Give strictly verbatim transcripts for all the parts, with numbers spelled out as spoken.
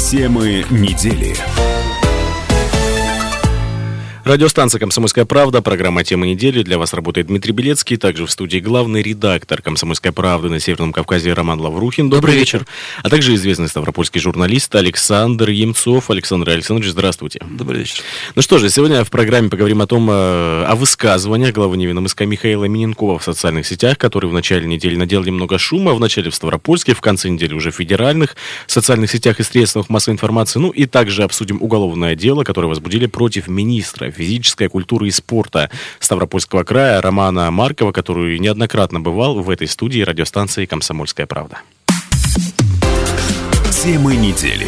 Темы недели. Радиостанция «Комсомольская правда», программа «Темы недели». Для вас работает Дмитрий Белецкий, также в студии главный редактор «Комсомольской правды» на Северном Кавказе Роман Лаврухин. Добрый, Добрый вечер. вечер. А также известный ставропольский журналист Александр Емцов. Александр Александрович, здравствуйте. Добрый вечер. Ну что же, сегодня в программе поговорим о том, о высказываниях главы Невинномысска Михаила Миненкова в социальных сетях, которые в начале недели наделали много шума, в начале в Ставропольске, в конце недели уже в федеральных социальных сетях и средствах массовой информации. Ну и также обсудим уголовное дело, которое возбудили против министра физической культуры и спорта Ставропольского края Романа Маркова, который неоднократно бывал в этой студии радиостанции «Комсомольская правда». Темы недели.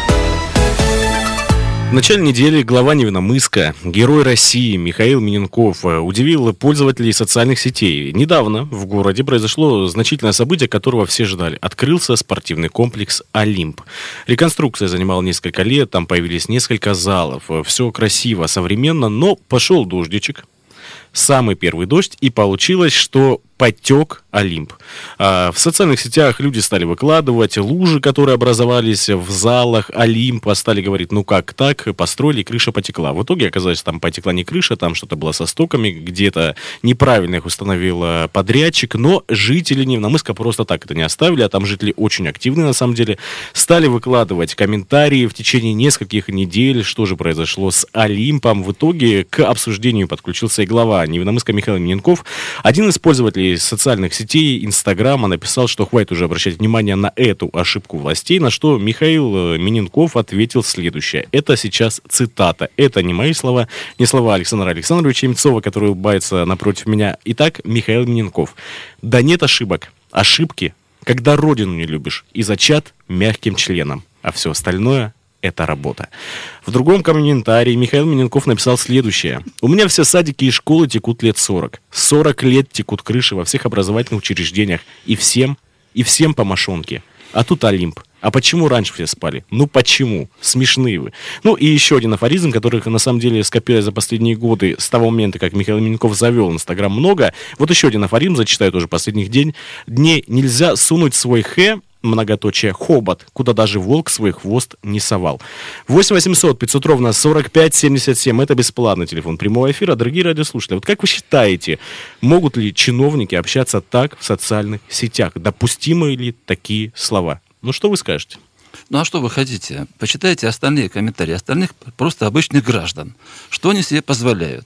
В начале недели глава Невинномысска, герой России Михаил Миненков удивил пользователей социальных сетей. Недавно в городе произошло значительное событие, которого все ждали. Открылся спортивный комплекс «Олимп». Реконструкция занимала несколько лет, там появились несколько залов. Все красиво, современно, но пошел дождичек. Самый первый дождь, и получилось, что потек Олимп. А в социальных сетях люди стали выкладывать лужи, которые образовались в залах Олимпа, стали говорить, ну как так, построили, крыша потекла. В итоге оказалось, там потекла не крыша, там что-то было со стоками, где-то неправильно их установил подрядчик, но жители Невинномысска просто так это не оставили, а там жители очень активные на самом деле, стали выкладывать комментарии в течение нескольких недель, что же произошло с Олимпом. В итоге к обсуждению подключился и глава Невинномысска Михаил Миненков. Один из пользователей социальных сетей Инстаграма написал, что хватит уже обращать внимание на эту ошибку властей, на что Михаил Миненков ответил следующее. Это сейчас цитата. Это не мои слова, не слова Александра Александровича Емцова, который улыбается напротив меня. Итак, Михаил Миненков. Да нет ошибок. Ошибки, когда родину не любишь и зачат мягким членом, а все остальное — это работа. В другом комментарии Михаил Миненков написал следующее. У меня все садики и школы текут лет сорок. сорок лет текут крыши во всех образовательных учреждениях. И всем, и всем по мошонке. А тут Олимп. А почему раньше все спали? Ну почему? Смешные вы. Ну и еще один афоризм, который на самом деле скопилось за последние годы, с того момента, как Михаил Миненков завел Инстаграм, много. Вот еще один афоризм, зачитаю тоже последних день. Дней нельзя сунуть свой хэ, многоточие, хобот, куда даже волк свой хвост не совал. восемь восемьсот пятьсот ровно сорок пять семьдесят семь. Это бесплатный телефон прямого эфира. Дорогие радиослушатели, вот как вы считаете, могут ли чиновники общаться так в социальных сетях? Допустимы ли такие слова? Ну, что вы скажете? Ну, а что вы хотите? Почитайте остальные комментарии. Остальных просто обычных граждан. Что они себе позволяют?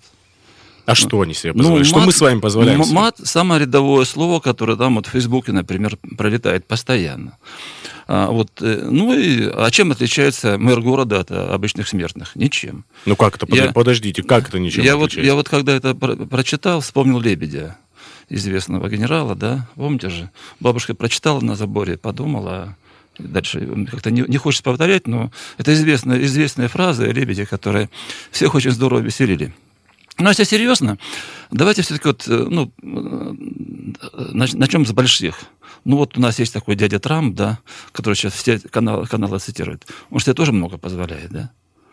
А что они себе позволяют? Ну, что мат, мы с вами позволяем себе? Мат – самое рядовое слово, которое там вот в Фейсбуке, например, пролетает постоянно. А, вот, ну и, а чем отличается мэр города от обычных смертных? Ничем. Ну как это? Я, Подождите, как это ничем я отличается? Вот, я вот когда это про- прочитал, вспомнил Лебедя, известного генерала, да? Помните же? Бабушка прочитала на заборе, подумала, дальше как-то не, не хочется повторять, но это известная, известная фраза Лебедя, которая всех очень здорово веселили. Ну, если серьезно, давайте все-таки вот, ну, начнем с больших. Ну, вот у нас есть такой дядя Трамп, да, который сейчас все каналы, каналы цитирует. Он себе тоже много позволяет, да.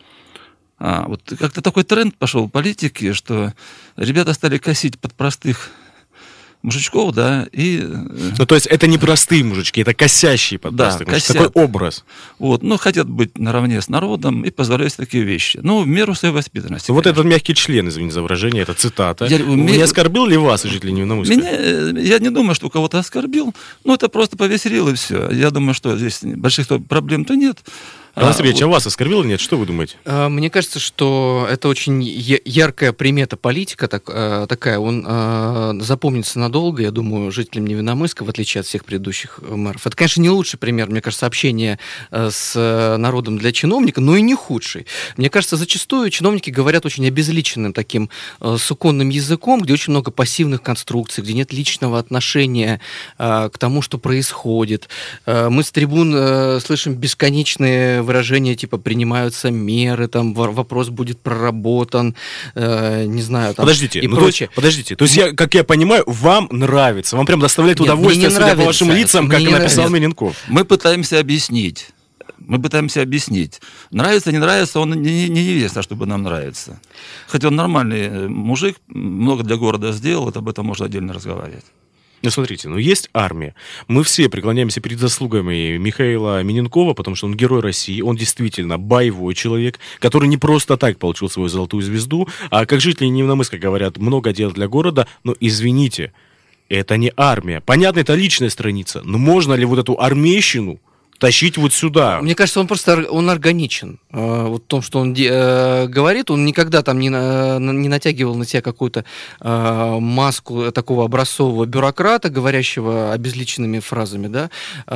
А вот как-то такой тренд пошел в политике, что ребята стали косить под простых мужичков, да, и... Ну, то есть это не простые мужички, это косящие под да, простых мужички. Такой образ. Вот, ну, хотят быть наравне с народом и позволяют такие вещи. Ну, в меру своей воспитанности. Вот конечно. этот мягкий член, извините за выражение, это цитата. Я, не меня... оскорбил ли вас, жители Невинномысска? Меня, я не думаю, что у кого-то оскорбил, но это просто повеселило и все. Я думаю, что здесь больших проблем-то нет. Роман Сергеевич, а вас оскорбило или нет? Что вы думаете? Мне кажется, что это очень яркая примета политика так, такая. Он э, запомнится надолго, я думаю, жителям Невинномысска, в отличие от всех предыдущих мэров. Это, конечно, не лучший пример, мне кажется, общения с народом для чиновника, но и не худший. Мне кажется, зачастую чиновники говорят очень обезличенным таким э, суконным языком, где очень много пассивных конструкций, где нет личного отношения э, к тому, что происходит. Э, мы с трибун э, слышим бесконечные выражения типа «принимаются меры», там вопрос будет проработан, э, не знаю, там, подождите, и ну, прочее. То есть, подождите, то есть, я, как я понимаю, вам нравится, вам прям доставляет Нет, удовольствие, судя нравится. по вашим лицам, как Мне написал нравится. Миненков. Мы пытаемся объяснить. Мы пытаемся объяснить. Нравится, не нравится, он не, не невеста, чтобы нам нравится. Хотя он нормальный мужик, много для города сделал, вот об этом можно отдельно разговаривать. Ну, смотрите, ну, есть армия. Мы все преклоняемся перед заслугами Михаила Миненкова, потому что он герой России, он действительно боевой человек, который не просто так получил свою золотую звезду, а как жители Невиномысска говорят, много дел для города, но, извините, это не армия. Понятно, это личная страница, но можно ли вот эту армейщину тащить вот сюда? Мне кажется, он просто он органичен. Э, вот в том, что он э, говорит, он никогда там не, на, не натягивал на себя какую-то э, маску такого образцового бюрократа, говорящего обезличенными фразами, да.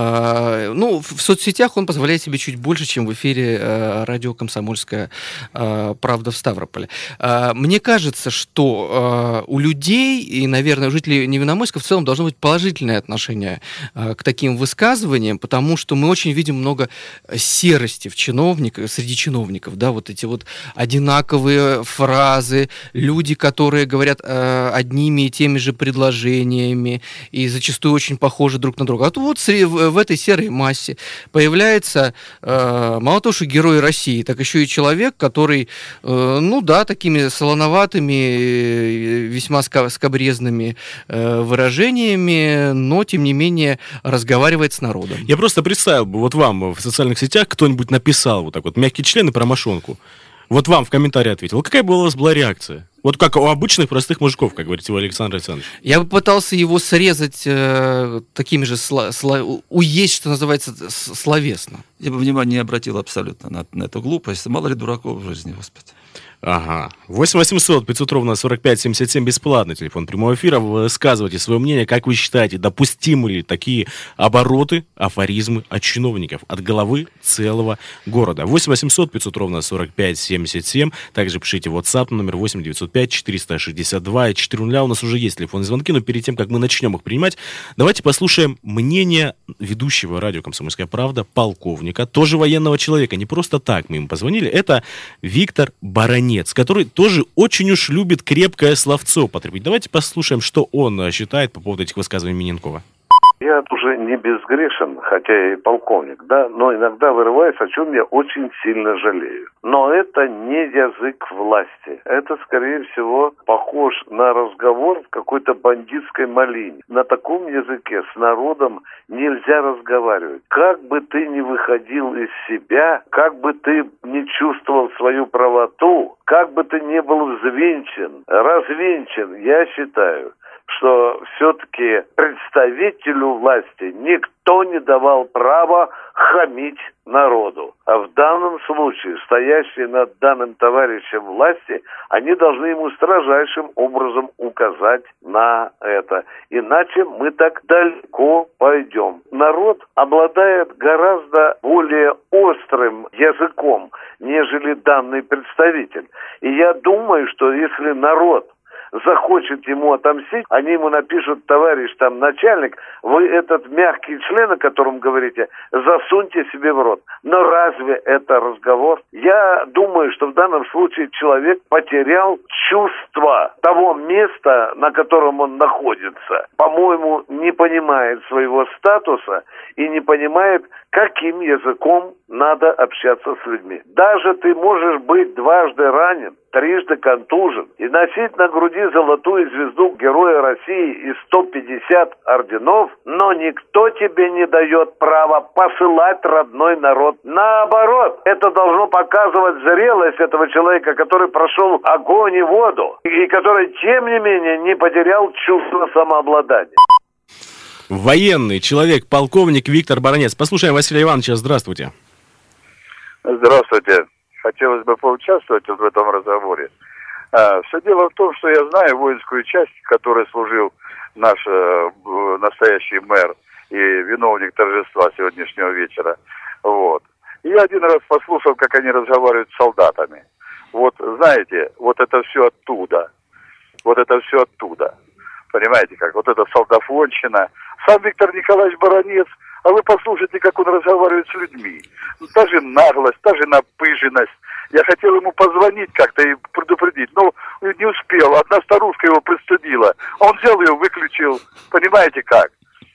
Э, ну, в, в соцсетях он позволяет себе чуть больше, чем в эфире э, радио «Комсомольская э, правда» в Ставрополе. Э, мне кажется, что э, у людей и, наверное, у жителей Невиномысска в целом должно быть положительное отношение э, к таким высказываниям, потому что мы очень видим много серости в чиновниках, среди чиновников, да, вот эти вот одинаковые фразы, люди, которые говорят э, одними и теми же предложениями и зачастую очень похожи друг на друга. А то вот в, в этой серой массе появляется э, мало того, что герой России, так еще и человек, который, э, ну да, такими солоноватыми, весьма скабрезными э, выражениями, но тем не менее разговаривает с народом. Я просто представил бы, вот вам в социальных сетях кто-нибудь написал вот так вот мягкие члены про мошонку. Вот вам в комментарии ответил. Какая была у вас была реакция? Вот как у обычных простых мужиков, как говорите вы, Александр Александрович. Я бы пытался его срезать э, такими же, сла- сла- уесть, что называется, словесно. Я бы внимания не обратил абсолютно на, на эту глупость. Мало ли дураков в жизни, Господи. Ага. восемь восемьсот пятьсот ровно сорок пять семьдесят семь бесплатный телефон прямого эфира. Вы высказывайте свое мнение, как вы считаете, допустимы ли такие обороты, афоризмы от чиновников, от головы целого города. восемь восемьсот пятьсот ровно сорок пять семьдесят семь. Также пишите в WhatsApp номер восемь девятьсот пять четыреста шестьдесят два четыре нуля. У нас уже есть телефонные звонки, но перед тем, как мы начнем их принимать, давайте послушаем мнение ведущего радио «Комсомольская правда», полковника, тоже военного человека. Не просто так мы ему позвонили. Это Виктор Баранец, который тоже очень уж любит крепкое словцо потребить. Давайте послушаем, что он считает по поводу этих высказываний Миненкова. Я уже не безгрешен, хотя и полковник, да, но иногда вырываюсь, о чем я очень сильно жалею. Но это не язык власти. Это, скорее всего, похож на разговор в какой-то бандитской малине. На таком языке с народом нельзя разговаривать. Как бы ты ни выходил из себя, как бы ты не чувствовал свою правоту, как бы ты не был взвинчен, развинчен, я считаю, что все-таки представителю власти никто не давал права хамить народу. А в данном случае стоящие над данным товарищем власти, они должны ему строжайшим образом указать на это. Иначе мы так далеко пойдем. Народ обладает гораздо более острым языком, нежели данный представитель. И я думаю, что если народ захочет ему отомстить, они ему напишут: товарищ там начальник, вы этот мягкий член, о котором говорите, засуньте себе в рот. Но разве это разговор? Я думаю, что в данном случае человек потерял чувство того места, на котором он находится. По-моему, не понимает своего статуса и не понимает, каким языком надо общаться с людьми. Даже ты можешь быть дважды ранен, трижды контужен и носить на груди золотую звезду Героя России и сто пятьдесят орденов, но никто тебе не дает права посылать родной народ. Наоборот, это должно показывать зрелость этого человека, который прошел огонь и воду, и который, тем не менее, не потерял чувство самообладания. Военный человек, полковник Виктор Баранец. Послушаем Василия Ивановича. Здравствуйте. Здравствуйте. Хотелось бы поучаствовать в этом разговоре. А, все дело в том, что я знаю воинскую часть, в которой служил наш э, настоящий мэр и виновник торжества сегодняшнего вечера. Вот. И я один раз послушал, как они разговаривают с солдатами. Вот, знаете, вот это все оттуда. Вот это все оттуда. Понимаете как? Вот это солдафонщина. Сам Виктор Николаевич Баранец, а вы послушайте, как он разговаривает с людьми. Та же наглость, та же напыженность. Я хотел ему позвонить как-то и предупредить, но не успел. Одна старушка его пристыдила. Он взял ее, выключил. Понимаете как?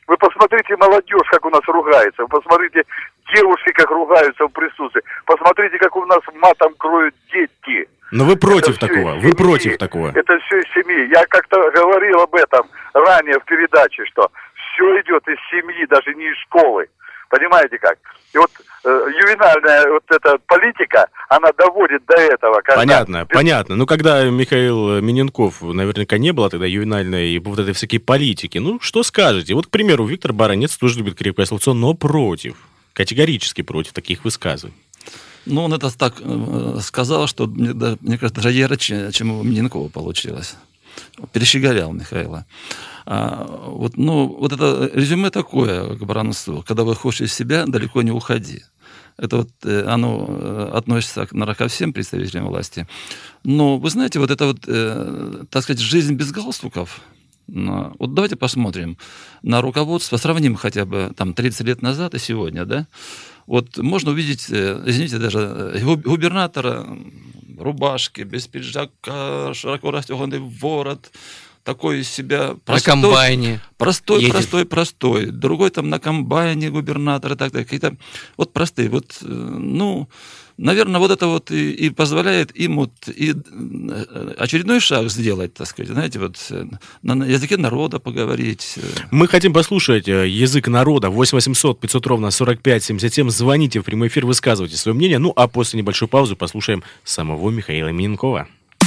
Вы посмотрите, молодежь, как у нас ругается. Вы посмотрите, девушки, как ругаются в присутствии. Посмотрите, как у нас матом кроют дети. Но вы против Это такого, всё из вы семьи. против такого. Это все из семьи. Я как-то говорил об этом ранее в передаче, что все идет из семьи, даже не из школы. Понимаете как? И вот э, ювенальная вот эта политика, она доводит до этого. Когда... Понятно, понятно. Ну, когда Михаил Миненков, наверняка, не было тогда ювенальной и вот этой всякой политики, ну, что скажете? Вот, к примеру, Виктор Баранец тоже любит крепкое словцо, но против, категорически против таких высказываний. Ну, он это так э, сказал, что, мне, да, мне кажется, даже ярче, чем у Миненкова получилось. Перещеголял Михаила. А, вот, ну, вот это резюме такое к Баранцу. Когда выходишь из себя, далеко не уходи. Это вот э, оно э, относится, наверное, ко всем представителям власти. Но, вы знаете, вот это вот, э, так сказать, жизнь без галстуков. Ну, вот давайте посмотрим на руководство, сравним хотя бы там тридцать лет назад и сегодня, да? Вот можно увидеть, извините, даже губернатора рубашки, без пиджака, широко расстегнутый ворот, такой из себя простой, на комбайне простой, едет. простой, простой. Другой там на комбайне губернатор и так далее. Какие-то вот простые. Вот, ну, наверное, вот это вот и, и позволяет им вот и очередной шаг сделать, так сказать, знаете, вот на языке народа поговорить. Мы хотим послушать язык народа. восемь восемьсот пятьсот ровно сорок пять семьдесят семь. Звоните в прямой эфир, высказывайте свое мнение. Ну, а после небольшой паузы послушаем самого Михаила Миненкова.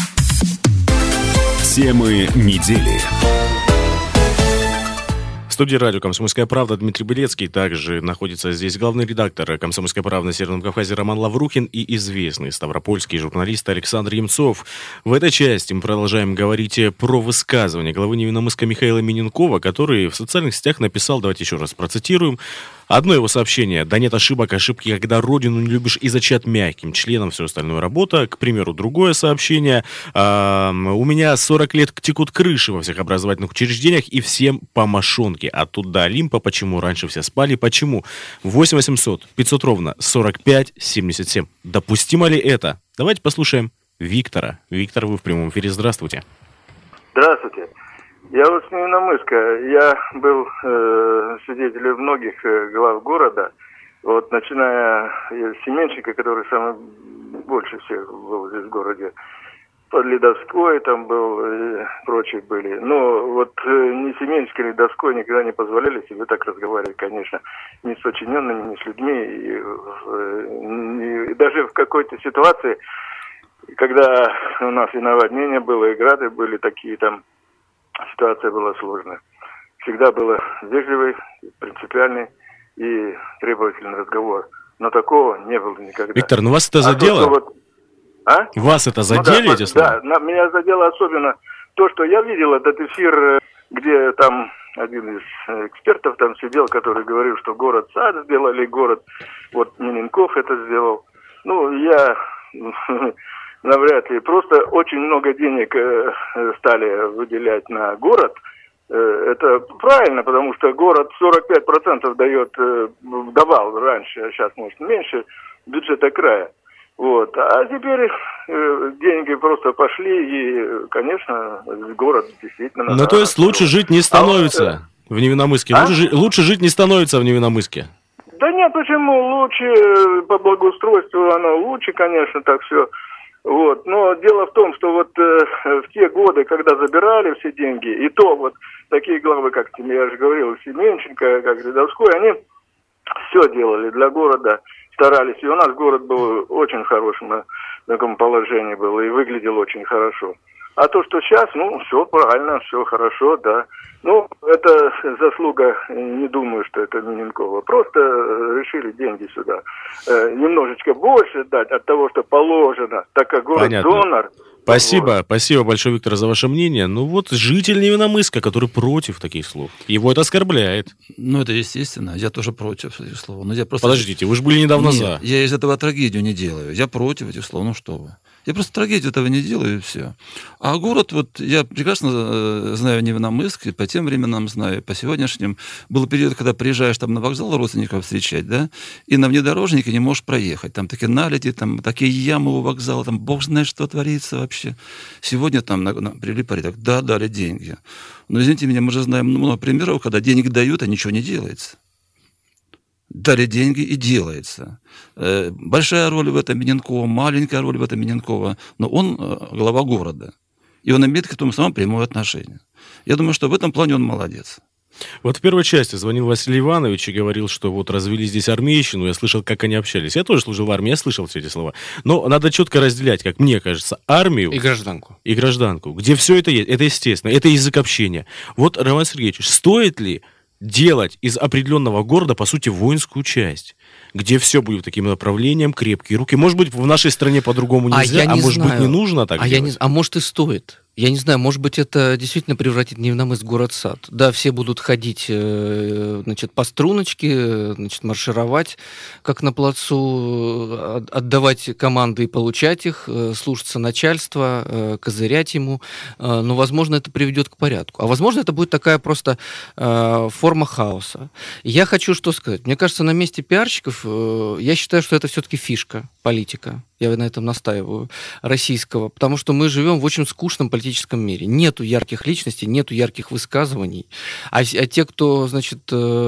Темы недели. В студии радио «Комсомольская правда» Дмитрий Белецкий. Также находится здесь главный редактор «Комсомольской правды» на Северном Кавказе Роман Лаврухин и известный ставропольский журналист Александр Емцов. В этой части мы продолжаем говорить про высказывание главы Невинномысска Михаила Миненкова, который в социальных сетях написал, давайте еще раз процитируем, одно его сообщение: «Да нет ошибок, ошибки, когда родину не любишь и зачат мягким членом, все остальное работа». К примеру, другое сообщение: «А, у меня сорок лет текут крыши во всех образовательных учреждениях и всем по мошонке. А тут до Олимпа, почему раньше все спали, почему?» восемь восемьсот пятьсот ровно сорок пять семьдесят семь. Допустимо ли это? Давайте послушаем Виктора. Виктор, вы в прямом эфире. Здравствуйте. Здравствуйте. Я вот с Невинномысска. Я был э, свидетелем многих э, глав города. Вот, начиная с Семенченко, который самый больше всех был здесь в городе. Под Ледовской там был и прочие были. Но вот э, ни Семенченко, ни Ледовской никогда не позволяли себе так разговаривать, конечно, ни с подчиненными, ни с людьми. И, э, и даже в какой-то ситуации, когда у нас и наводнение было, и грады были такие там, ситуация была сложная. Всегда был вежливый, принципиальный и требовательный разговор. Но такого не было никогда. Виктор, ну вас это задело? А то, вот... а? Вас это задели, ну, да, эти слова? Да, меня задело особенно то, что я видел этот эфир, где там один из экспертов там сидел, который говорил, что город-сад сделали, город, вот Миненков это сделал. Ну, я... навряд ли. Просто очень много денег э, стали выделять на город. Э, это правильно, потому что город сорок пять процентов дает, э, давал раньше, а сейчас, может, меньше бюджета края. Вот. А теперь э, деньги просто пошли, и, конечно, город действительно... Ну, то есть лучше жить не становится а вот, в Невинномысске? А? Лучше, жи- лучше жить не становится в Невинномысске? Да нет, почему? Лучше по благоустройству оно лучше, конечно, так все... Вот. Но дело в том, что вот э, в те годы, когда забирали все деньги, и то вот такие главы, как я же говорил, Семенченко, как Ледовской, они все делали для города, старались. И у нас город был очень хорошим на таком положении был, и выглядел очень хорошо. А то, что сейчас, ну, все правильно, все хорошо, да. Ну, это заслуга, не думаю, что это Миненкова. Просто решили деньги сюда э, немножечко больше дать от того, что положено, так как город-донор. Спасибо, вот. Спасибо большое, Виктор, за ваше мнение. Ну вот житель Невинномысска, который против таких слов. Его это оскорбляет. Ну, это естественно. Я тоже против этих слов. Но я просто... Подождите, вы же были недавно Нет, за. Я из этого трагедию не делаю. Я против этих слов. Ну что вы. Я просто трагедию этого не делаю, и все. А город, вот я прекрасно знаю Невиномысск, и по тем временам знаю, и по сегодняшним. Был период, когда приезжаешь там на вокзал родственников встречать, да, и на внедорожнике не можешь проехать. Там такие налети, там такие ямы у вокзала, там бог знает, что творится вообще. Сегодня там на, на, привели порядок. Да, дали деньги. Но, извините меня, мы же знаем много примеров, когда денег дают, а ничего не делается. Дали деньги, и делается. Большая роль в этом Миненкова, маленькая роль в этом Миненкова, но он глава города. И он имеет к этому самому прямое отношение. Я думаю, что в этом плане он молодец. Вот в первой части звонил Василий Иванович и говорил, что вот развели здесь армейщину, я слышал, как они общались. Я тоже служил в армии, я слышал все эти слова. Но надо четко разделять, как мне кажется, армию... И гражданку. И гражданку, где все это есть. Это естественно, это язык общения. Вот, Роман Сергеевич, стоит ли делать из определенного города, по сути, воинскую часть, где все будет таким направлением, крепкие руки? Может быть, в нашей стране по-другому нельзя, а, а не может знаю. быть, не нужно так а делать? Я не... А может, и стоит. Я не знаю, может быть, это действительно превратит Невиномысск в город-сад. Да, все будут ходить, значит, по струночке, значит, маршировать, как на плацу, отдавать команды и получать их, слушаться начальства, козырять ему. Но, возможно, это приведет к порядку. А, возможно, это будет такая просто форма хаоса. Я хочу что сказать. Мне кажется, на месте пиарщиков, я считаю, что это все-таки фишка, политика. Я на этом настаиваю, российского. Потому что мы живем в очень скучном политическом мире. Нету ярких личностей, нету ярких высказываний. А, а те, кто, значит,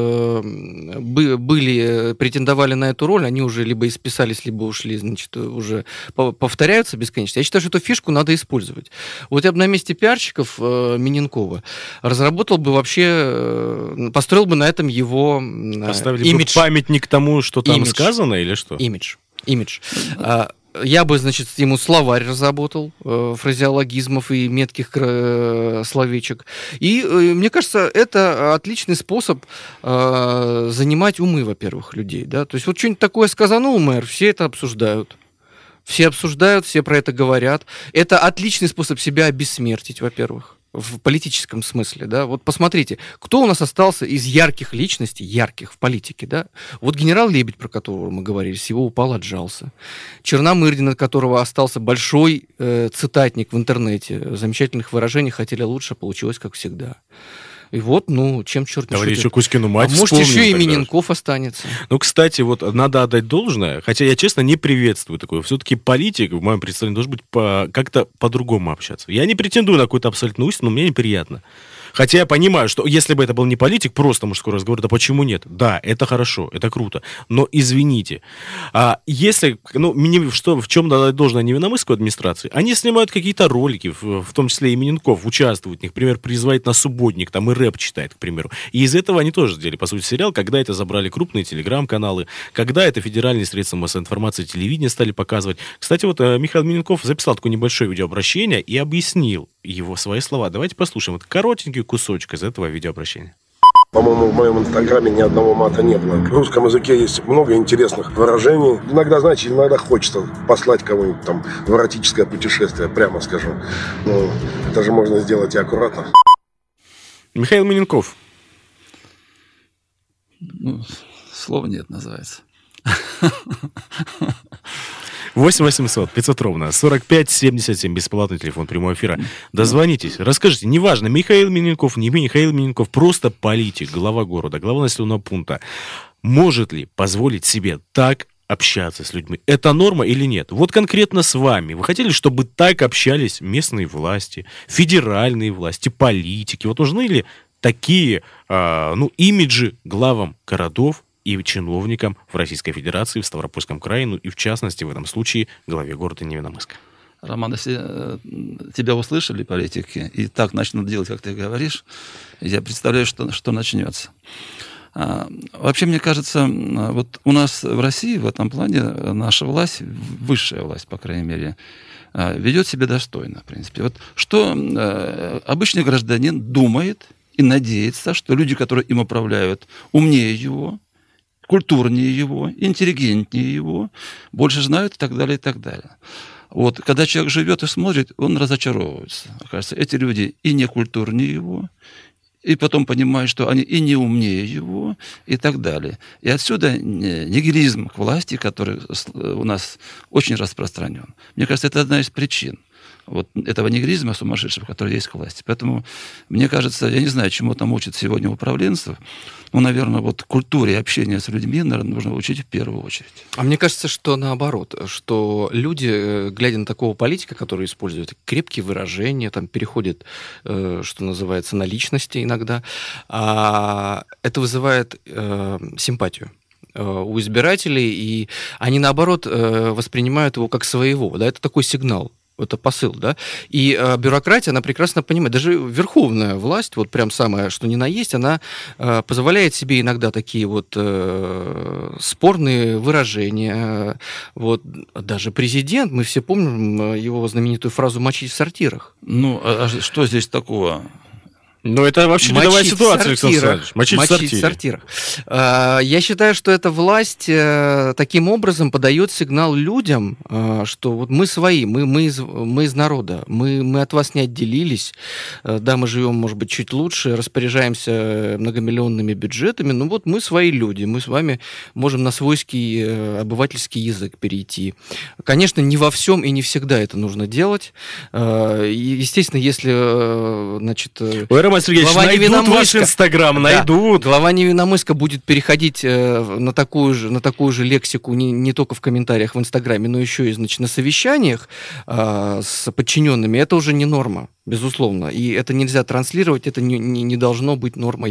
были, претендовали на эту роль, они уже либо исписались, либо ушли, значит, уже повторяются бесконечно. Я считаю, что эту фишку надо использовать. Вот я бы на месте пиарщиков Миненкова разработал бы вообще, построил бы на этом его Поставили имидж. бы памятник тому, что там имидж. сказано, или что? Имидж. Имидж. Я бы, значит, ему словарь разработал э, фразеологизмов и метких э, словечек. И э, мне кажется, это отличный способ э, занимать умы, во-первых, людей. Да? То есть вот что-нибудь такое сказанул мэр, все это обсуждают. Все обсуждают, все про это говорят. Это отличный способ себя обессмертить, во-первых. В политическом смысле, да, вот посмотрите, кто у нас остался из ярких личностей, ярких в политике, да, вот генерал Лебедь, про которого мы говорили, с его упал, отжался, Черномырдин, от которого остался большой э, цитатник в интернете, замечательных выражений, хотели лучше, получилось как всегда. И вот, ну, чем черт не Говорили, шутит. еще Кузькину мать А может, вспомним еще и тогда. Миненков останется. Ну, кстати, вот надо отдать должное, хотя я, честно, не приветствую такое. Все-таки политик, в моем представлении, должен быть по, как-то по-другому общаться. Я не претендую на какую-то абсолютную истину, но мне неприятно. Хотя я понимаю, что если бы это был не политик, просто мужской разговор, да почему нет? Да, это хорошо, это круто, но извините. А если, ну, мне, что, в чем надо должное Невиномысской администрации, они снимают какие-то ролики, в, в том числе и Миненков участвует в них, например, призывает на субботник, там и рэп читает, к примеру. И из этого они тоже сделали, по сути, сериал, когда это забрали крупные телеграм-каналы, когда это федеральные средства массовой информации, телевидение стали показывать. Кстати, вот Михаил Миненков записал такое небольшое видеообращение и объяснил его свои слова. Давайте послушаем. Вот коротенький кусочек из этого видеообращения. По-моему, в моем инстаграме ни одного мата не было. В русском языке есть много интересных выражений. Иногда, знаете, иногда хочется послать кого-нибудь там в эротическое путешествие, прямо скажу. Но это же можно сделать и аккуратно. Михаил Миненков. Ну, слова нет, называется. восемь восемьсот пятьсот ровно сорок пять семьдесят семь, бесплатный телефон прямого эфира. Дозвонитесь, расскажите, неважно, Михаил Миненков, не Михаил Миненков, просто политик, глава города, глава населенного пункта. Может ли позволить себе так общаться с людьми? Это норма или нет? Вот конкретно с вами. Вы хотели, чтобы так общались местные власти, федеральные власти, политики? Вот нужны ли такие, э, ну, имиджи главам городов и чиновникам в Российской Федерации, в Ставропольском крае, ну и в частности, в этом случае, главе города Невиномысска? Роман, если тебя услышали политики и так начнут делать, как ты говоришь, я представляю, что, что начнется. А, вообще, мне кажется, вот у нас в России в этом плане наша власть, высшая власть, по крайней мере, ведет себя достойно, в принципе. Вот что обычный гражданин думает и надеется, что люди, которые им управляют, умнее его, культурнее его, интеллигентнее его, больше знают и так далее, и так далее. Вот, когда человек живет и смотрит, он разочаровывается. Кажется, эти люди и не культурнее его, и потом понимают, что они и не умнее его, и так далее. И отсюда нигилизм к власти, который у нас очень распространен. Мне кажется, это одна из причин вот этого нигилизма сумасшедшего, который есть к власти. Поэтому, мне кажется, я не знаю, чему там учат сегодня управленцев, но, наверное, вот культуре общения с людьми, наверное, нужно учить в первую очередь. А мне кажется, что наоборот, что люди, глядя на такого политика, который использует крепкие выражения, там переходит, что называется, на личности иногда, это вызывает симпатию у избирателей, и они, наоборот, воспринимают его как своего. Да? Это такой сигнал. Это посыл, да? И э, бюрократия, она прекрасно понимает, даже верховная власть, вот прям самое, что ни на есть, она э, позволяет себе иногда такие вот э, спорные выражения. Э, вот даже президент, мы все помним его знаменитую фразу «мочить в сортирах». Ну, а что здесь такого? Ну, это вообще рядовая ситуация, Александр Александрович. Мочить, Мочить в сортирах. Я считаю, что эта власть таким образом подает сигнал людям, что вот мы свои, мы, мы, из, мы из народа, мы, мы от вас не отделились, да, мы живем, может быть, чуть лучше, распоряжаемся многомиллионными бюджетами, но вот мы свои люди, мы с вами можем на свойский обывательский язык перейти. Конечно, не во всем и не всегда это нужно делать. Естественно, если, значит... Роман Сергеевич, глава найдут ваш Инстаграм, найдут. Да, глава Невинномысска будет переходить э, на, такую же, на такую же лексику не, не только в комментариях в Инстаграме, но еще и, значит, на совещаниях э, с подчиненными. Это уже не норма, безусловно. И это нельзя транслировать, это не, не, не должно быть нормой,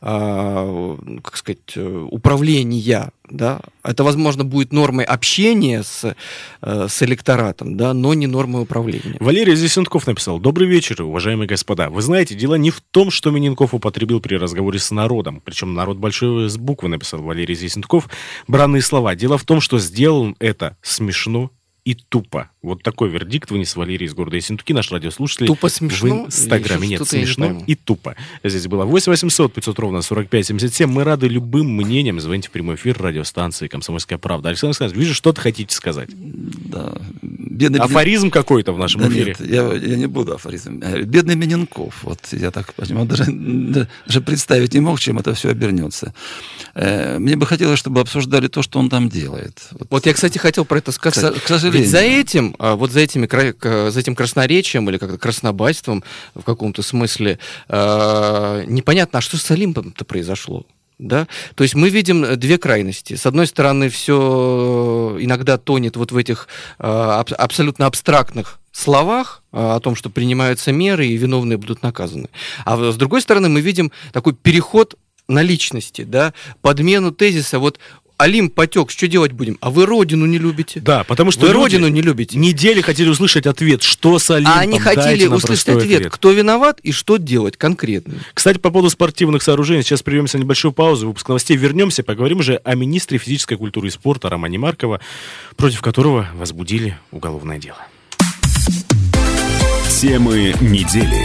э, как сказать, управления. Да? Это, возможно, будет нормой общения с, э, с электоратом, да, но не нормой управления. Валерий Зесенков написал: «Добрый вечер, уважаемые господа. Вы знаете, дело не в том, что Миненков употребил при разговоре с народом. Причем народ большой с буквы написал Валерий Зесенков бранные слова. Дело в том, что сделал он это смешно и тупо». Вот такой вердикт вынес Валерий из города Ессентуки, наш радиослушатель. Тупо смешно? В Инстаграме. Нет, смешно и тупо. Здесь было восемь восемьсот пятьсот ровно сорок пять семьдесят семь. Мы рады любым мнениям. Звоните в прямой эфир радиостанции «Комсомольская правда». Александр Александрович, вижу, что-то хотите сказать. Да. Бедный Афоризм Минен... какой-то в нашем да эфире. Нет, я, я не буду афоризм. Бедный Миненков. Вот я так понимаю, даже, даже представить не мог, чем это все обернется. Мне бы хотелось, чтобы обсуждали то, что он там делает. Вот, вот я, кстати, хотел про это сказать. К, к сожалению. Ведь за этим, вот за, этими, за этим красноречием или как-то краснобайством в каком-то смысле непонятно, а что с Олимпом-то произошло? Да? То есть мы видим две крайности. С одной стороны, все иногда тонет вот в этих аб- абсолютно абстрактных словах о том, что принимаются меры и виновные будут наказаны. А с другой стороны, мы видим такой переход на личности, да? Подмену тезиса. Вот Олимп потек, что делать будем? А вы родину не любите? Да, потому что вы родину не любите. Недели хотели услышать ответ, что с Олимпом. А они хотели услышать ответ, ответ, кто виноват и что делать конкретно. Кстати, по поводу спортивных сооружений, сейчас прервемся на небольшую паузу, выпуск новостей, вернемся, поговорим уже о министре физической культуры и спорта Романе Марково, против которого возбудили уголовное дело. Темы недели.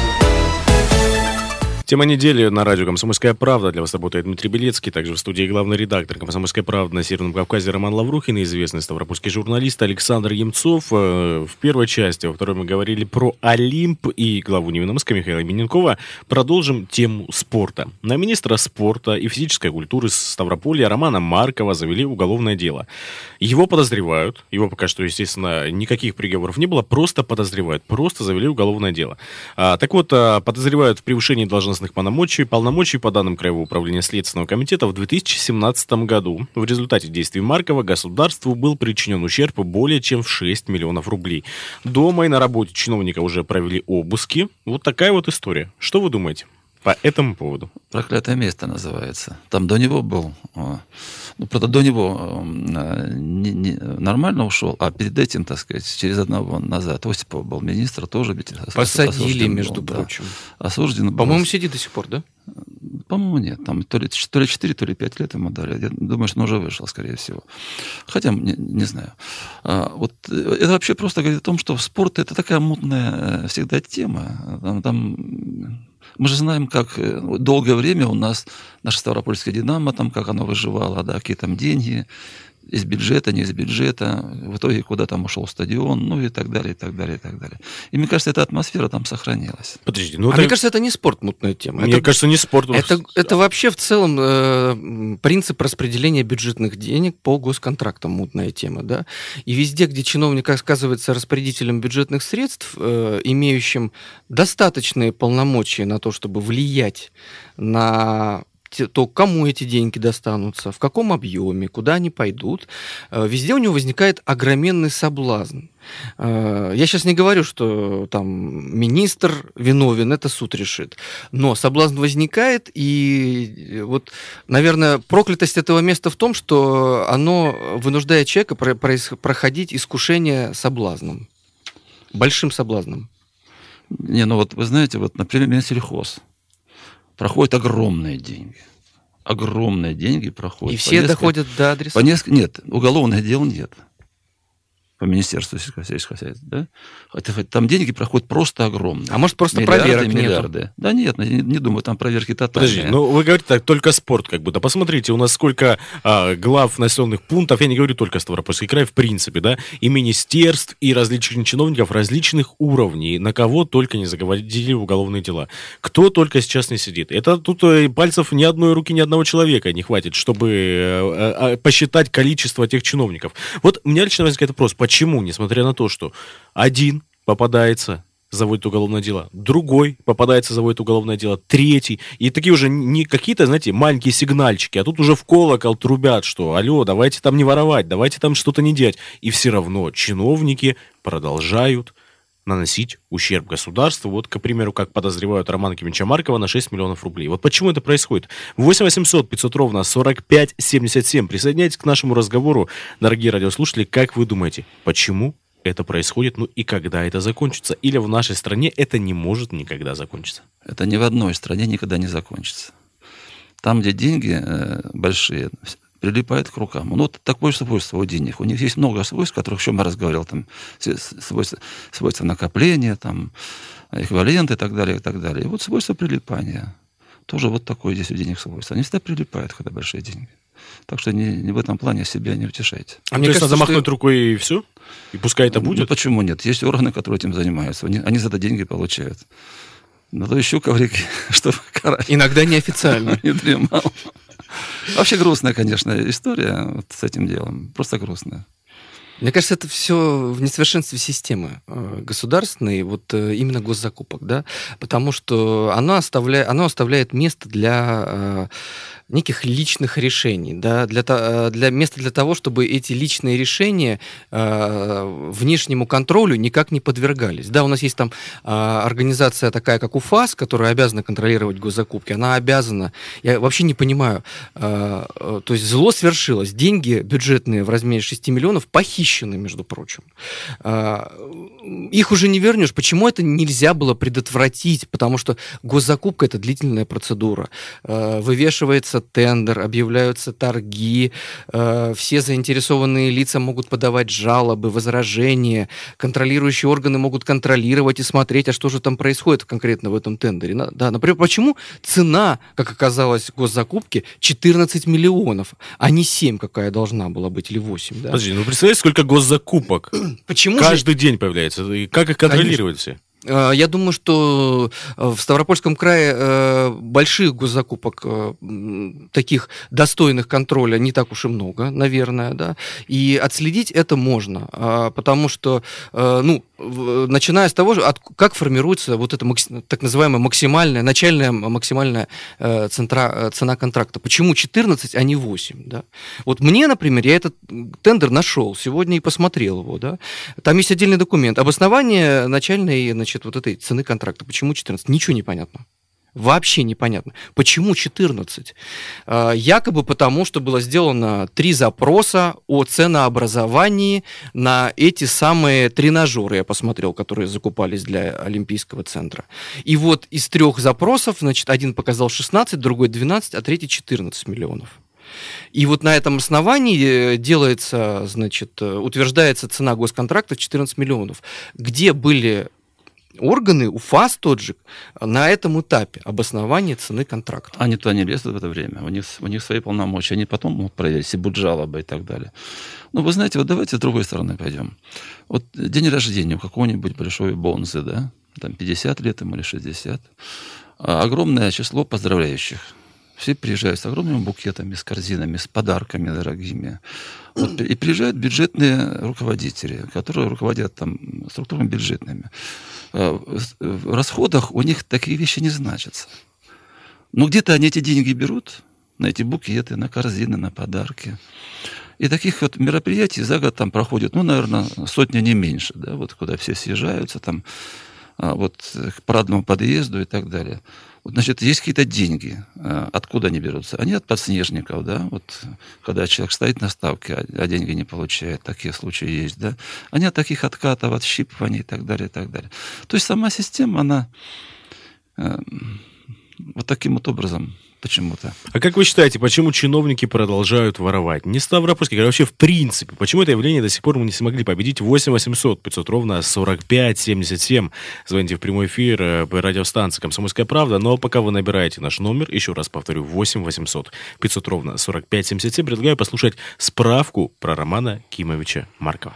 Тема недели на радио «Комсомольская правда». Для вас работает Дмитрий Белецкий. Также в студии главный редактор «Комсомольской правды» на Северном Кавказе Роман Лаврухин и известный ставропольский журналист Александр Емцов. В первой части, во второй мы говорили про Олимп и главу Невинномысска Михаила Миненкова. Продолжим тему спорта. На министра спорта и физической культуры Ставрополья Романа Маркова завели уголовное дело. Его подозревают, его пока что, естественно, никаких приговоров не было, просто подозревают, просто завели уголовное дело. А, так вот, подозревают в превышении должностных полномочий, полномочий по данным Краевого управления Следственного комитета в две тысячи семнадцатом году. В результате действий Маркова государству был причинен ущерб более чем в шесть миллионов рублей. Дома и на работе чиновника уже провели обыски. Вот такая вот история. Что вы думаете по этому поводу? Проклятое место называется. Там до него был... Ну, правда, до него не, не, нормально ушел, а перед этим, так сказать, через одного назад Осипов был министр, тоже ведь посадили, между был, прочим. Да, осужден. По-моему, был. Сидит до сих пор, да? По-моему, нет. Там то ли, то ли четыре, то ли пять лет ему дали. Я думаю, что он уже вышел, скорее всего. Хотя, не, не знаю. А, вот это вообще просто говорит о том, что спорт — это такая мутная всегда тема. Там... там мы же знаем, как долгое время у нас наша Ставропольская «Динамо», там, как оно выживало, да, какие там деньги. из бюджета, не из бюджета, в итоге куда там ушел стадион, ну и так далее, и так далее, и так далее. И мне кажется, эта атмосфера там сохранилась. Подожди, ну а это... мне кажется, это не спорт, мутная тема. Мне это, кажется, не спорт. Это, это вообще в целом э, принцип распределения бюджетных денег по госконтрактам, мутная тема, да. И везде, где чиновник оказывается распорядителем бюджетных средств, э, имеющим достаточные полномочия на то, чтобы влиять на то, кому эти деньги достанутся, в каком объеме, куда они пойдут, везде у него возникает огроменный соблазн. Я сейчас не говорю, что там министр виновен, это суд решит, но соблазн возникает, и вот, наверное, проклятость этого места в том, что оно вынуждает человека проходить искушение соблазном, большим соблазном. Не, ну вот вы знаете, вот, например, Минсельхоз. Проходят огромные деньги. Огромные деньги проходят. И все несколько, доходят до адреса? По несколько, нет, уголовных дел нет. По Министерству сельского хозяйства, да? Хотя там деньги проходят просто огромные. А может, просто миллиарды, проверок миллиарды. Нету? Да нет, не, не думаю, там проверки тотальные. Подожди, ну вы говорите так, только спорт как будто. Посмотрите, у нас сколько а, глав населенных пунктов, я не говорю только Ставропольский край, в принципе, да, и министерств, и различных чиновников различных уровней, на кого только не заговорили уголовные дела. Кто только сейчас не сидит. Это тут пальцев ни одной руки, ни одного человека не хватит, чтобы а, а, посчитать количество тех чиновников. Вот у меня лично возникает вопрос, почему, несмотря на то, что один попадается, заводит уголовное дело, другой попадается, заводит уголовное дело, третий, и такие уже не какие-то, знаете, маленькие сигнальчики, а тут уже в колокол трубят, что алло, давайте там не воровать, давайте там что-то не делать. И все равно чиновники продолжают наносить ущерб государству. Вот, к примеру, как подозревают Романа Кимовича Маркова на шесть миллионов рублей. Вот почему это происходит? восемь восемьсот пятьсот ровно сорок пять семьдесят семь. Присоединяйтесь к нашему разговору, дорогие радиослушатели. Как вы думаете, почему это происходит, ну и когда это закончится? Или в нашей стране это не может никогда закончиться? Это ни в одной стране никогда не закончится. Там, где деньги э, большие, прилипает к рукам. Ну, вот такое свойство у денег. У них есть много свойств, о которых еще мы разговаривали, там, свойства, свойства накопления, там, эквиваленты и так далее, и так далее. И вот свойство прилипания. Тоже вот такое здесь у денег свойство. Они всегда прилипают, когда большие деньги. Так что не, не в этом плане себя не утешайте. А ну, мне кажется, надо махнуть что... рукой и все? И пускай это будет? Ну, почему нет? Есть органы, которые этим занимаются. Они, они за это деньги получают. Надо еще коврики, чтобы карать. Иногда неофициально. Не дремал. Вообще грустная, конечно, история вот с этим делом. Просто грустная. Мне кажется, это все в несовершенстве системы государственной, вот именно госзакупок, да, потому что оно оставляет, оно оставляет место для неких личных решений, да, для, для места для того, чтобы эти личные решения э, внешнему контролю никак не подвергались. Да, у нас есть там э, организация такая, как УФАС, которая обязана контролировать госзакупки. Она обязана, я вообще не понимаю, э, э, то есть зло свершилось, деньги бюджетные в размере шести миллионов похищены, между прочим. Э, их уже не вернешь. Почему это нельзя было предотвратить? Потому что госзакупка — это длительная процедура. Э, вывешивается тендер, объявляются торги, э, все заинтересованные лица могут подавать жалобы, возражения, контролирующие органы могут контролировать и смотреть, а что же там происходит конкретно в этом тендере. На, да, например, почему цена, как оказалось, госзакупки четырнадцать миллионов, а не семь, какая должна была быть, или восемь? Да? Подожди, ну представляете, сколько госзакупок почему каждый же... день появляется, и как их контролировать все? Я думаю, что в Ставропольском крае больших госзакупок, таких достойных контроля, не так уж и много, наверное, да, и отследить это можно, потому что, ну, начиная с того, как формируется вот эта так называемая максимальная, начальная максимальная центра, цена контракта. Почему четырнадцать, а не восемь, да? Вот мне, например, я этот тендер нашел сегодня и посмотрел его, да, там есть отдельный документ, обоснование начальной, значит, вот этой цены контракта. Почему четырнадцать? Ничего не понятно. Вообще непонятно. Почему четырнадцать? Якобы потому, что было сделано три запроса о ценообразовании на эти самые тренажеры, я посмотрел, которые закупались для Олимпийского центра. И вот из трех запросов, значит, один показал шестнадцать, другой двенадцать, а третий четырнадцать миллионов. И вот на этом основании делается, значит, утверждается цена госконтракта четырнадцать миллионов. Где были органы, УФАС тот же, на этом этапе обоснования цены контракта. Они туда не лезут в это время. У них, у них свои полномочия. Они потом могут проверить, если будут жалобы и так далее. Ну, вы знаете, вот давайте с другой стороны пойдем. Вот день рождения у какого-нибудь большой бонзы, да, там пятьдесят лет ему или шестьдесят. А огромное число поздравляющих. Все приезжают с огромными букетами, с корзинами, с подарками дорогими. Вот, и приезжают бюджетные руководители, которые руководят там структурами бюджетными. В расходах у них такие вещи не значатся. Но где-то они эти деньги берут на эти букеты, на корзины, на подарки. И таких вот мероприятий за год там проходит, ну, наверное, сотня, не меньше, да, вот куда все съезжаются там, вот к парадному подъезду и так далее. Вот, значит, есть какие-то деньги. Откуда они берутся? Они от подснежников, да, вот когда человек стоит на ставке, а деньги не получает, такие случаи есть, да. Они от таких откатов, отщипываний и так далее, и так далее. То есть сама система, она э, вот таким вот образом почему-то. А как вы считаете, почему чиновники продолжают воровать? Не Ставропольский, а вообще в принципе. Почему это явление до сих пор мы не смогли победить? восемь восемьсот пятьсот ровно сорок пять семьдесят семь. Звоните в прямой эфир по радиостанции «Комсомольская правда». Но пока вы набираете наш номер, еще раз повторю, восемь восемьсот пятьсот ровно сорок пять семьдесят семь, предлагаю послушать справку про Романа Кимовича Маркова.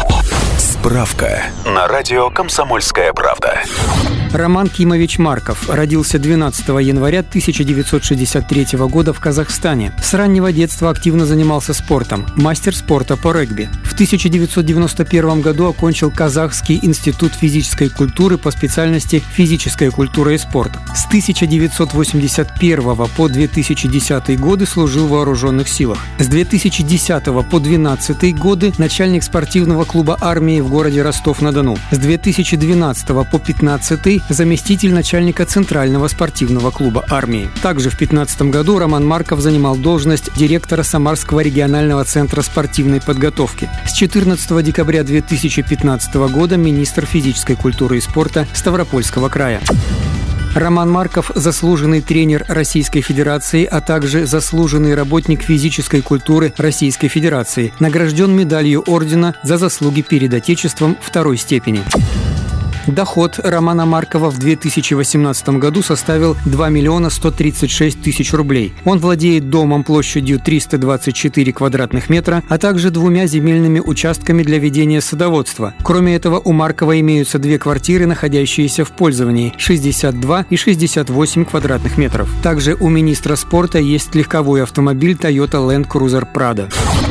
Справка на радио «Комсомольская правда». Роман Кимович Марков родился двенадцатого января тысяча девятьсот шестьдесят третьего года в Казахстане. С раннего детства активно занимался спортом, мастер спорта по регби. В тысяча девятьсот девяносто первом году окончил Казахский институт физической культуры по специальности «Физическая культура и спорт». С тысяча девятьсот восемьдесят первого по две тысячи десятый годы служил в вооруженных силах. С две тысячи десятого по две тысячи двенадцатый годы начальник спортивного клуба армии в городе Ростов-на-Дону. С две тысячи двенадцатого по две тысячи пятнадцатый заместитель начальника Центрального спортивного клуба армии. Также в две тысячи пятнадцатом году Роман Марков занимал должность директора Самарского регионального центра спортивной подготовки. С четырнадцатого декабря две тысячи пятнадцатого года министр физической культуры и спорта Ставропольского края. Роман Марков – заслуженный тренер Российской Федерации, а также заслуженный работник физической культуры Российской Федерации, награжден медалью ордена за заслуги перед Отечеством второй степени. Доход Романа Маркова в две тысячи восемнадцатом году составил два миллиона сто тридцать шесть тысяч рублей. Он владеет домом площадью триста двадцать четыре квадратных метра, а также двумя земельными участками для ведения садоводства. Кроме этого, у Маркова имеются две квартиры, находящиеся в пользовании – шестьдесят два и шестьдесят восемь квадратных метров. Также у министра спорта есть легковой автомобиль Toyota Land Cruiser Prado.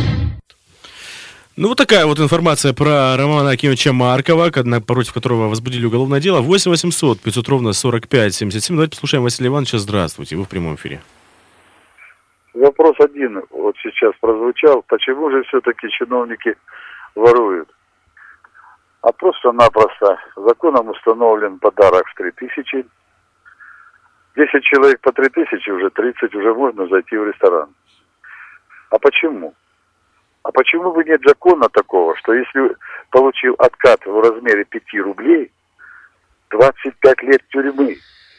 Ну, вот такая вот информация про Романа Акимовича Маркова, против которого возбудили уголовное дело. восемь восемьсот пятьсот ровно сорок пять семьдесят семь. Давайте послушаем Василия Ивановича. Здравствуйте, вы в прямом эфире. Вопрос один вот сейчас прозвучал. Почему же все-таки чиновники воруют? А просто-напросто законом установлен подарок в три тысячи. десять человек по три тысячи, уже тридцать, уже можно зайти в ресторан. А почему? А почему бы нет закона такого, что если получил откат в размере пяти рублей, двадцать пять лет тюрьмы?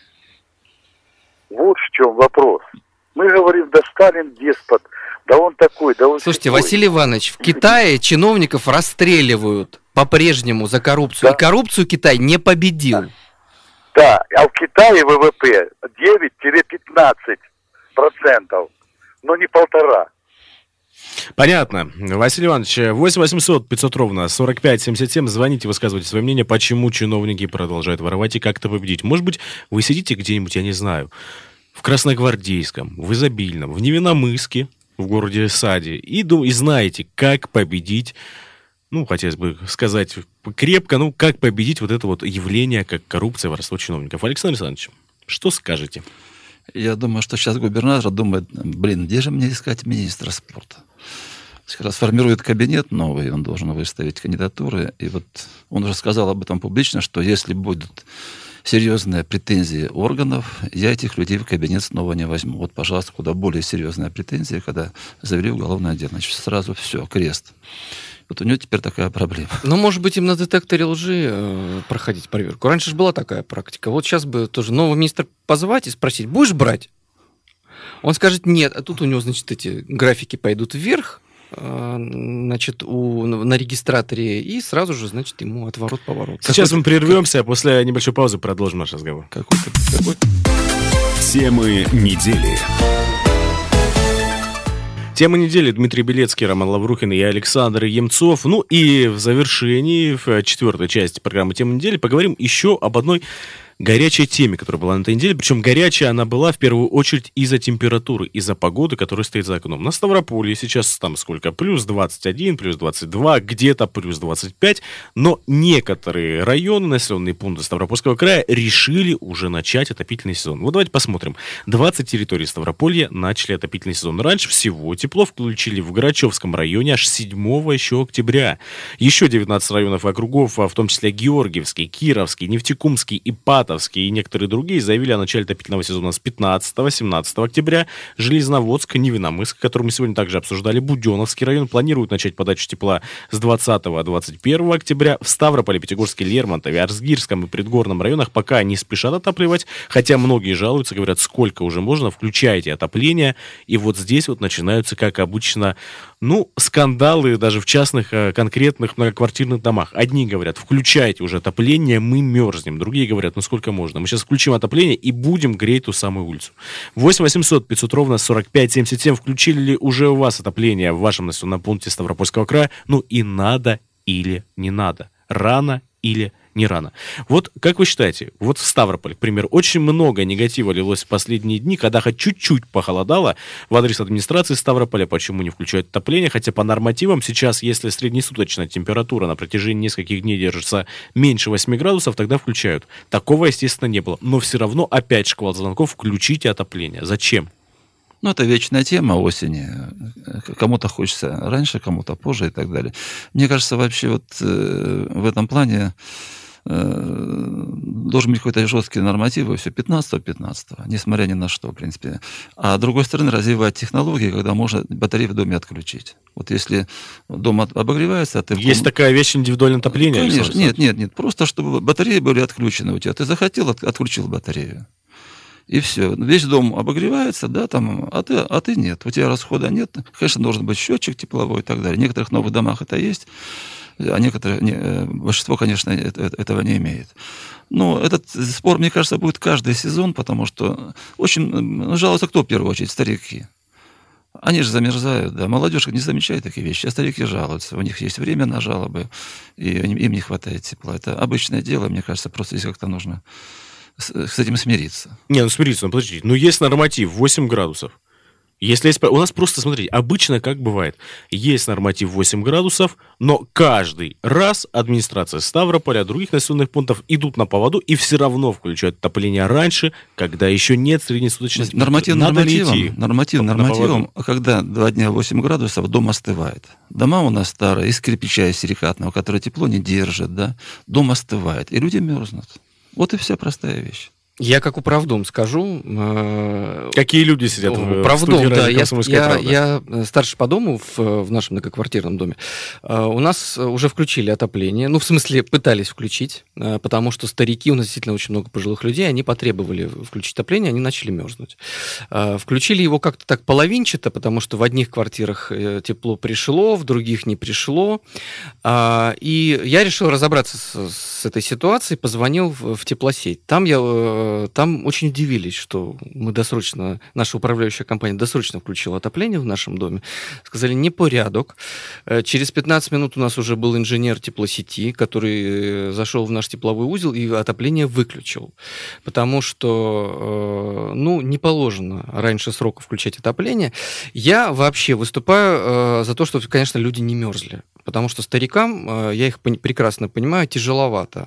Вот в чем вопрос. Мы говорим, да Сталин деспот, да он такой, да он... Слушайте, такой. Василий Иванович, в Китае чиновников расстреливают по-прежнему за коррупцию. Да. И коррупцию Китай не победил. Да, а в Китае ВВП девять-пятнадцать процентов, но не полтора. Понятно. Василий Иванович, восемь восемьсот пятьсот ровно сорок пять семьдесят семь. Звоните, высказывайте свое мнение, почему чиновники продолжают воровать и как это победить. Может быть, вы сидите где-нибудь, я не знаю, в Красногвардейском, в Изобильном, в Невиномыске, в городе Саде, и, и знаете, как победить, ну, хотелось бы сказать крепко, ну, как победить вот это вот явление, как коррупция, воровство чиновников. Александр Александрович, что скажете? Я думаю, что сейчас губернатор думает, блин, где же мне искать министра спорта? Сейчас формирует кабинет новый, он должен выставить кандидатуры. И вот он уже сказал об этом публично, что если будут серьезные претензии органов, я этих людей в кабинет снова не возьму. Вот, пожалуйста, куда более серьезная претензия, когда завели уголовное дело. Значит, сразу все, крест. Вот у него теперь такая проблема. Ну, может быть, им на детекторе лжи э, проходить проверку. Раньше же была такая практика. Вот сейчас бы тоже нового министра позвать и спросить, будешь брать? Он скажет нет, а тут у него, значит, эти графики пойдут вверх, значит, у, на регистраторе, и сразу же, значит, ему отворот-поворот. Сейчас мы прервемся, а после небольшой паузы продолжим наш разговор. Какой-то, какой-то... Темы недели. Тема недели: Дмитрий Белецкий, Роман Лаврухин и Александр Емцов. Ну и в завершении, в четвертой части программы «Тема недели» поговорим еще об одной горячей теме, которая была на этой неделе. Причем горячая она была в первую очередь из-за температуры, из-за погоды, которая стоит за окном. На Ставрополье сейчас там сколько? Плюс двадцать один, плюс двадцать два, где-то плюс двадцать пять. Но некоторые районы, населенные пункты Ставропольского края решили уже начать отопительный сезон. Вот давайте посмотрим. двадцать территорий Ставрополья начали отопительный сезон. Раньше всего тепло включили в Грачевском районе аж седьмого еще октября. Еще девятнадцать районов и округов, в том числе Георгиевский, Кировский, Нефтекумский и Патовский и некоторые другие заявили о начале отопительного сезона с пятнадцатого-семнадцатого октября. Железноводск, Невиномыск, который мы сегодня также обсуждали, Буденновский район планируют начать подачу тепла с двадцатого-двадцать первого октября. В Ставрополе, Пятигорске, Лермонтове, Арзгирском и Предгорном районах пока не спешат отапливать, хотя многие жалуются, говорят, сколько уже можно, включайте отопление. И вот здесь вот начинаются, как обычно, ну, скандалы даже в частных конкретных многоквартирных домах. Одни говорят, включайте уже отопление, мы мерзнем. Другие говорят, ну сколько можно. Мы сейчас включим отопление и будем греть ту самую улицу. восемь восемьсот пятьсот ровно сорок пять семьдесят семь. Включили ли уже у вас отопление в вашем населенном пункте Ставропольского края? Ну и надо или не надо? Рано или не рано? Вот как вы считаете, вот в Ставрополе, к примеру, очень много негатива лилось в последние дни, когда хоть чуть-чуть похолодало в адрес администрации Ставрополя, почему не включают отопление, хотя по нормативам сейчас, если среднесуточная температура на протяжении нескольких дней держится меньше восьми градусов, тогда включают. Такого, естественно, не было. Но все равно опять шквал звонков: включите отопление. Зачем? Ну, это вечная тема осени. Кому-то хочется раньше, кому-то позже и так далее. Мне кажется, вообще вот э, в этом плане э, должен быть какой-то жесткий норматив, и все, пятнадцатого-пятнадцатого, несмотря ни на что, в принципе. А с другой стороны, развивать технологии, когда можно батареи в доме отключить. Вот если дом обогревается, а ты... Есть ком... такая вещь, индивидуальное отопление? Конечно, нет, нет, нет, просто чтобы батареи были отключены у тебя. Ты захотел, от, отключил батарею. И все. Весь дом обогревается, да, там, а ты, а ты нет. У тебя расхода нет. Конечно, должен быть счетчик тепловой и так далее. В некоторых новых домах это есть, а некоторые, не, большинство, конечно, этого не имеет. Но этот спор, мне кажется, будет каждый сезон, потому что очень жалуются кто в первую очередь? Старики. Они же замерзают, да. Молодежь не замечает такие вещи, а старики жалуются. У них есть время на жалобы, и им не хватает тепла. Это обычное дело, мне кажется, просто здесь как-то нужно с этим смириться. Не, ну смириться, ну подождите. Ну есть норматив восемь градусов. Если есть... У нас просто, смотрите, обычно как бывает. Есть норматив восемь градусов, но каждый раз администрация Ставрополя, других населенных пунктов идут на поводу и все равно включают отопление раньше, когда еще нет среднесуточной температуры. Норматив нормативом, норматив нормативом, а когда два дня восемь градусов, дом остывает. Дома у нас старые, из кирпича, из силикатного, которые тепло не держат, да, дом остывает, и люди мерзнут. Вот и вся простая вещь. Я как управдом скажу. Э, Какие люди сидят в, управдом, в студии да, радио «Комсомольская я, правда»? Я, я старший по дому в, в нашем многоквартирном доме. Э, у нас уже включили отопление. Ну, в смысле, пытались включить, э, потому что старики, у нас действительно очень много пожилых людей, они потребовали включить отопление, они начали мерзнуть. Э, включили его как-то так половинчато, потому что в одних квартирах э, тепло пришло, в других не пришло. Э, и я решил разобраться с, с этой ситуацией, позвонил в, в теплосеть. Там я... Э, Там очень удивились, что мы досрочно, наша управляющая компания досрочно включила отопление в нашем доме. Сказали, непорядок. Через пятнадцать минут у нас уже был инженер теплосети, который зашел в наш тепловой узел и отопление выключил. Потому что, ну, не положено раньше срока включать отопление. Я вообще выступаю за то, что, конечно, люди не мерзли. Потому что старикам, я их прекрасно понимаю, тяжеловато.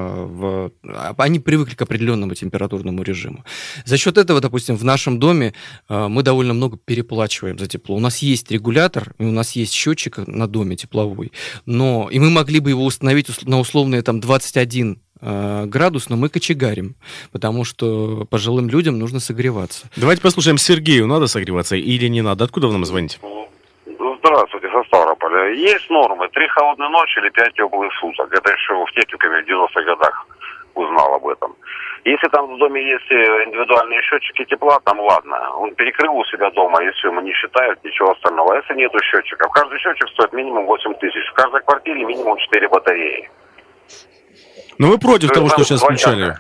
Они привыкли к определенному температурному режиму. За счет этого, допустим, в нашем доме мы довольно много переплачиваем за тепло. У нас есть регулятор, и у нас есть счетчик на доме тепловой, но и мы могли бы его установить на условные там двадцать один градус, но мы кочегарим, потому что пожилым людям нужно согреваться. Давайте послушаем Сергею, надо согреваться или не надо. Откуда вы нам звоните? Здравствуйте, со Ставрополя. Есть нормы, три холодные ночи или пять теплых суток. Это еще в техникуме в девяностых годах узнал об этом. Если там в доме есть индивидуальные счетчики тепла, там ладно. Он перекрыл у себя дома, и все, ему не считают, ничего остального. А если нету счетчиков, каждый счетчик стоит минимум восемь тысяч. В каждой квартире минимум четыре батареи. Но вы против То того, что сейчас звонят. включали?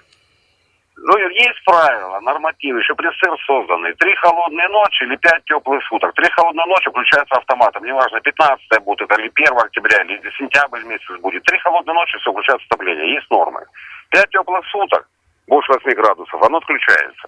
Ну, есть правила, нормативы, еще при СССР созданы. Три холодные ночи или пять теплых суток. Три холодные ночи включаются автоматом. Неважно, пятнадцатое будет, или первое октября, или сентябрь месяц будет. Три холодные ночи, все, включается отопление. Есть нормы. Пять теплых суток, больше восьми градусов, оно отключается.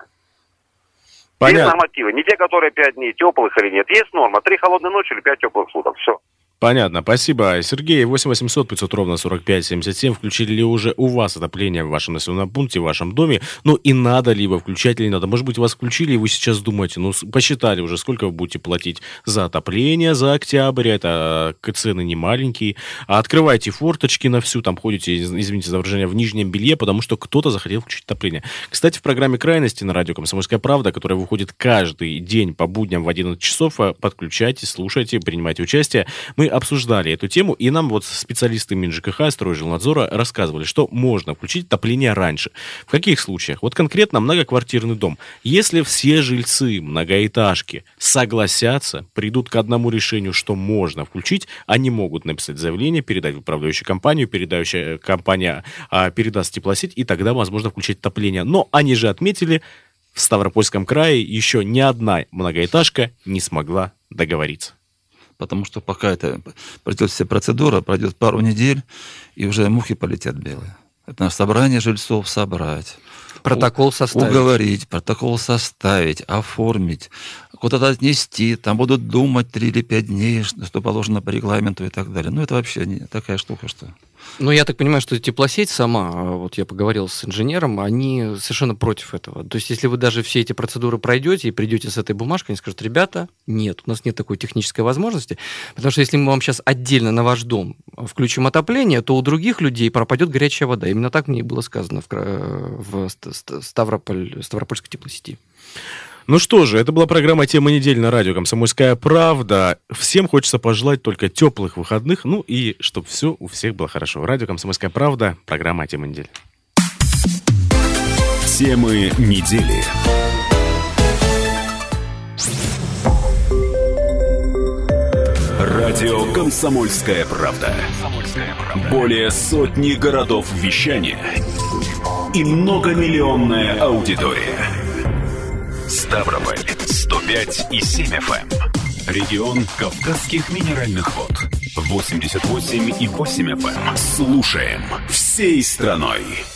Понятно. Есть нормативы. Не те, которые пять дней теплых или нет. Есть норма. Три холодные ночи или пять теплых суток. Все. Понятно, спасибо. Сергей, восемь восемьсот пятьсот ровно сорок пять семьдесят семь. Включили ли уже у вас отопление в вашем населенном пункте, в вашем доме? Ну и надо ли его включать или не надо? Может быть, вас включили, и вы сейчас думаете, ну, посчитали уже, сколько вы будете платить за отопление за октябрь, это цены не маленькие. А открывайте форточки на всю, там ходите, извините за выражение, в нижнем белье, потому что кто-то захотел включить отопление. Кстати, в программе «Крайности» на радио «Комсомольская правда», которая выходит каждый день по будням в одиннадцать часов, подключайтесь, слушайте, принимайте участие. Мы обсуждали эту тему, и нам вот специалисты МинЖКХ, Стройжилнадзора рассказывали, что можно включить отопление раньше. В каких случаях? Вот конкретно многоквартирный дом. Если все жильцы многоэтажки согласятся, придут к одному решению, что можно включить, они могут написать заявление, передать в управляющую компанию, передающая компания а, передаст теплосеть, и тогда возможно включить отопление. Но они же отметили, в Ставропольском крае еще ни одна многоэтажка не смогла договориться. Потому что пока это пройдет вся процедура, пройдет пару недель, и уже мухи полетят белые. Это на собрание жильцов собрать. Протокол составить. Уговорить, протокол составить, оформить, куда-то отнести. Там будут думать три или пять дней, что положено по регламенту и так далее. Ну, это вообще не такая штука, что... Ну, я так понимаю, что теплосеть сама, вот я поговорил с инженером, они совершенно против этого. То есть, если вы даже все эти процедуры пройдете и придете с этой бумажкой, они скажут, ребята, нет, у нас нет такой технической возможности, потому что если мы вам сейчас отдельно на ваш дом включим отопление, то у других людей пропадет горячая вода. Именно так мне и было сказано в, в Ставрополь, Ставропольской теплосети. Ну что же, это была программа «Тема недели» на радио «Комсомольская правда». Всем хочется пожелать только теплых выходных, ну и чтобы все у всех было хорошо. Радио «Комсомольская правда», программа «Тема недели». Темы недели. Радио «Комсомольская правда». Более сотни городов вещания и многомиллионная аудитория. Ставрополь сто пять и семь эф эм. Регион Кавказских минеральных вод восемьдесят восемь и восемь эф эм. Слушаем всей страной.